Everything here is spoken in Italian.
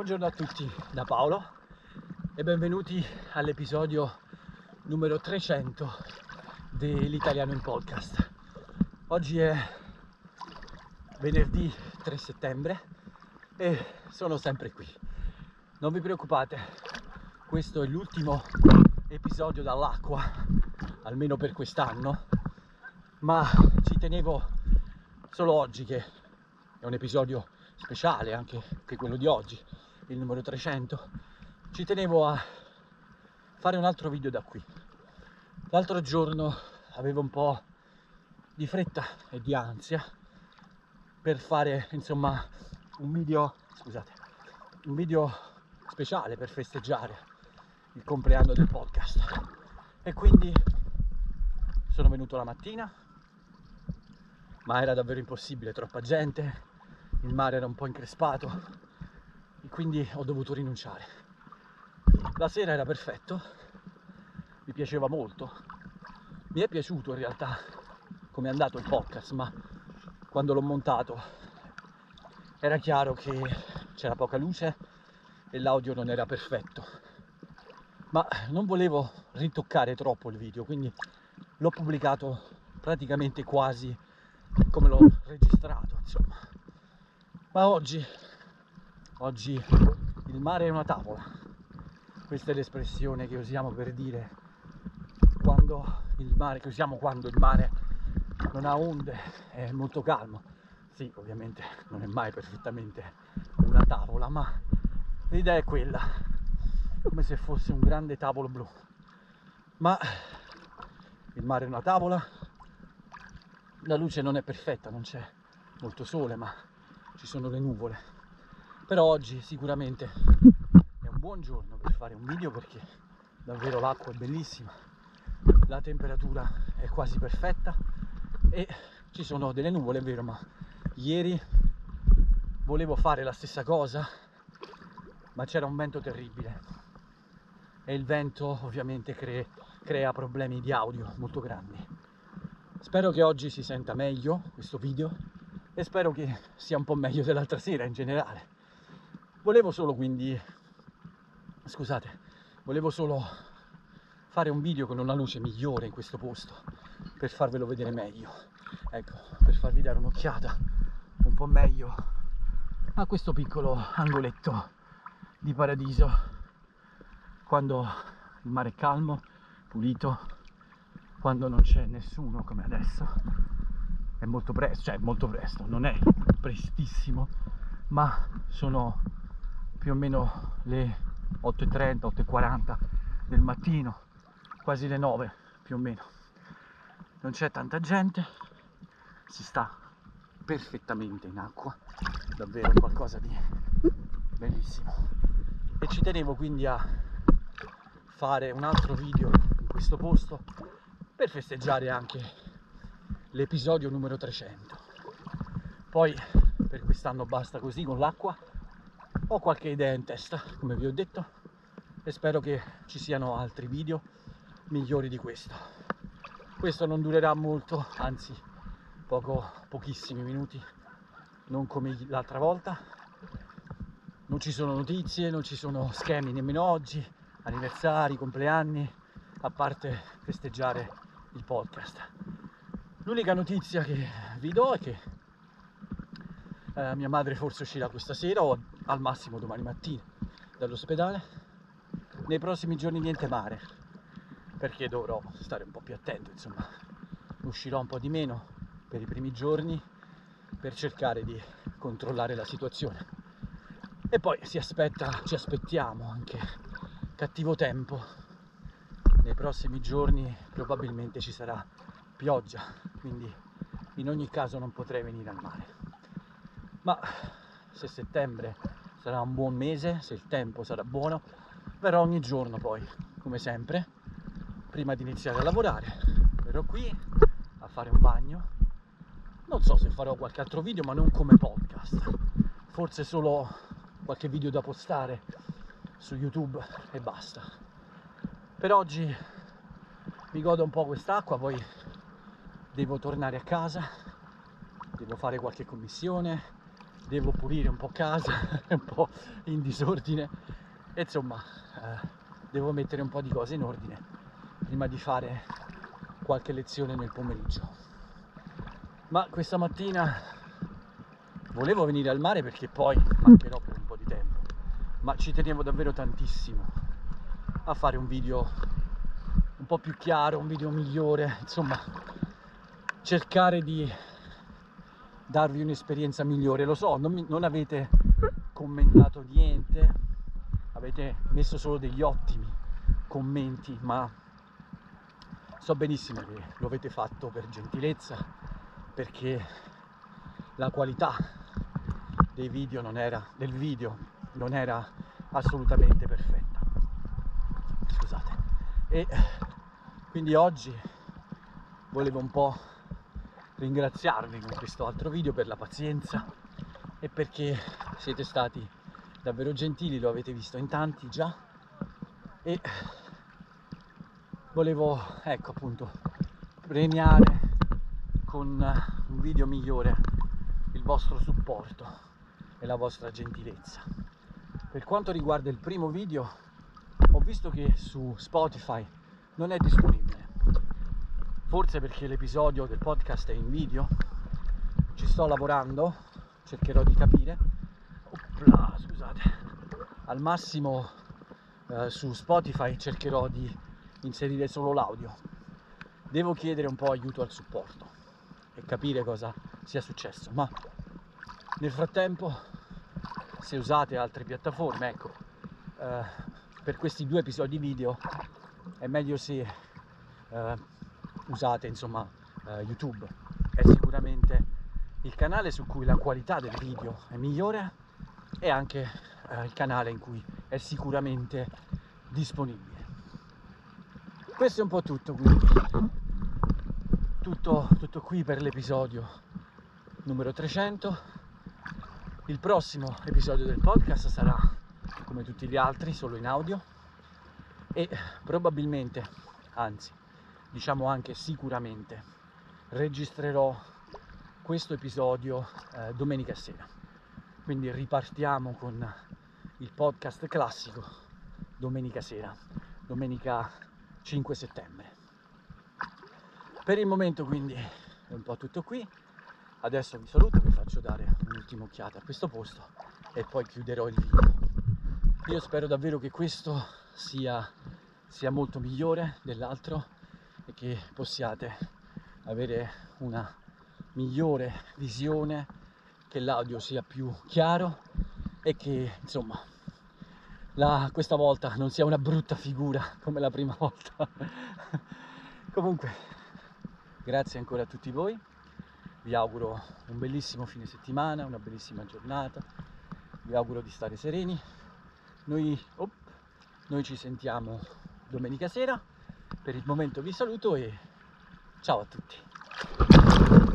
Buongiorno a tutti da Paolo e benvenuti all'episodio numero 300 dell'Italiano in Podcast. Oggi è venerdì 3 settembre e sono sempre qui. Non vi preoccupate, questo è l'ultimo episodio dall'acqua, almeno per quest'anno, ma ci tenevo solo oggi, che è un episodio speciale, anche quello di oggi, il numero 300, ci tenevo a fare un altro video da qui. L'altro giorno avevo un po' di fretta e di ansia per fare, insomma, un video speciale per festeggiare il compleanno del podcast, e quindi sono venuto la mattina, ma era davvero impossibile, troppa gente, il mare era un po' increspato e quindi ho dovuto rinunciare. La sera era perfetto, mi piaceva molto, mi è piaciuto in realtà come è andato il podcast, ma quando l'ho montato era chiaro che c'era poca luce e l'audio non era perfetto, ma non volevo ritoccare troppo il video, quindi l'ho pubblicato praticamente quasi come l'ho registrato, insomma. Ma oggi il mare è una tavola. Questa è l'espressione che usiamo per dire quando il mare non ha onde, è molto calmo. Sì, ovviamente non è mai perfettamente una tavola, ma l'idea è quella, come se fosse un grande tavolo blu. Ma il mare è una tavola, la luce non è perfetta, non c'è molto sole, ma ci sono le nuvole. Però oggi sicuramente è un buon giorno per fare un video, perché davvero l'acqua è bellissima, la temperatura è quasi perfetta e ci sono delle nuvole, è vero, ma ieri volevo fare la stessa cosa, ma c'era un vento terribile e il vento ovviamente crea problemi di audio molto grandi. Spero che oggi si senta meglio questo video e spero che sia un po' meglio dell'altra sera in generale. Volevo solo fare un video con una luce migliore in questo posto per farvelo vedere meglio, ecco, per farvi dare un'occhiata un po' meglio a questo piccolo angoletto di paradiso quando il mare è calmo, pulito, quando non c'è nessuno come adesso. È molto presto, non è prestissimo, ma sono più o meno le 8:30, 8:40 del mattino, quasi le 9 più o meno. Non c'è tanta gente, si sta perfettamente in acqua, davvero qualcosa di bellissimo. E ci tenevo quindi a fare un altro video in questo posto per festeggiare anche l'episodio numero 300. Poi per quest'anno basta così con l'acqua, ho qualche idea in testa, come vi ho detto, e spero che ci siano altri video migliori di questo. Questo non durerà molto, anzi pochissimi minuti, non come l'altra volta. Non ci sono notizie, non ci sono schemi nemmeno oggi, anniversari, compleanni, a parte festeggiare il podcast. L'unica notizia che vi do è che mia madre forse uscirà questa sera o al massimo domani mattina dall'ospedale. Nei prossimi giorni niente mare, perché dovrò stare un po' più attento, insomma. Uscirò un po' di meno per i primi giorni per cercare di controllare la situazione. E poi ci aspettiamo anche cattivo tempo. Nei prossimi giorni probabilmente ci sarà pioggia, quindi in ogni caso non potrei venire al mare. Ma se settembre sarà un buon mese, se il tempo sarà buono, verrò ogni giorno poi, come sempre, prima di iniziare a lavorare. Verrò qui a fare un bagno. Non so se farò qualche altro video, ma non come podcast. Forse solo qualche video da postare su YouTube e basta. Per oggi mi godo un po' quest'acqua, poi devo tornare a casa, devo fare qualche commissione, devo pulire un po' casa, è un po' in disordine e insomma devo mettere un po' di cose in ordine prima di fare qualche lezione nel pomeriggio. Ma questa mattina volevo venire al mare perché poi mancherò per un po' di tempo, ma ci tenevo davvero tantissimo a fare un video un po' più chiaro, un video migliore, insomma cercare di darvi un'esperienza migliore. Lo so, non avete commentato niente, avete messo solo degli ottimi commenti, ma so benissimo che lo avete fatto per gentilezza, perché la qualità del video non era assolutamente perfetta. Scusate. E quindi oggi volevo un po' ringraziarvi con questo altro video per la pazienza e perché siete stati davvero gentili, lo avete visto in tanti già, e volevo, ecco appunto, premiare con un video migliore il vostro supporto e la vostra gentilezza. Per quanto riguarda il primo video, ho visto che su Spotify non è disponibile, forse perché l'episodio del podcast è in video. Ci sto lavorando, cercherò di capire. Opla, scusate. Al massimo su Spotify cercherò di inserire solo l'audio. Devo chiedere un po' aiuto al supporto e capire cosa sia successo, ma nel frattempo, se usate altre piattaforme, ecco, per questi 2 episodi video è meglio se usate insomma YouTube. È sicuramente il canale su cui la qualità del video è migliore e anche il canale in cui è sicuramente disponibile. Questo è un po' tutto, quindi tutto qui per l'episodio numero 300. Il prossimo episodio del podcast sarà, come tutti gli altri, solo in audio e probabilmente, anzi diciamo anche sicuramente, registrerò questo episodio domenica sera. Quindi ripartiamo con il podcast classico domenica sera, domenica 5 settembre. Per il momento quindi è un po' tutto qui. Adesso vi saluto, vi faccio dare un'ultima occhiata a questo posto e poi chiuderò il video. Io spero davvero che questo sia molto migliore dell'altro e che possiate avere una migliore visione, che l'audio sia più chiaro e che insomma questa volta non sia una brutta figura come la prima volta. Comunque, grazie ancora a tutti voi, vi auguro un bellissimo fine settimana, una bellissima giornata, vi auguro di stare sereni. Noi ci sentiamo domenica sera. Per il momento vi saluto e ciao a tutti.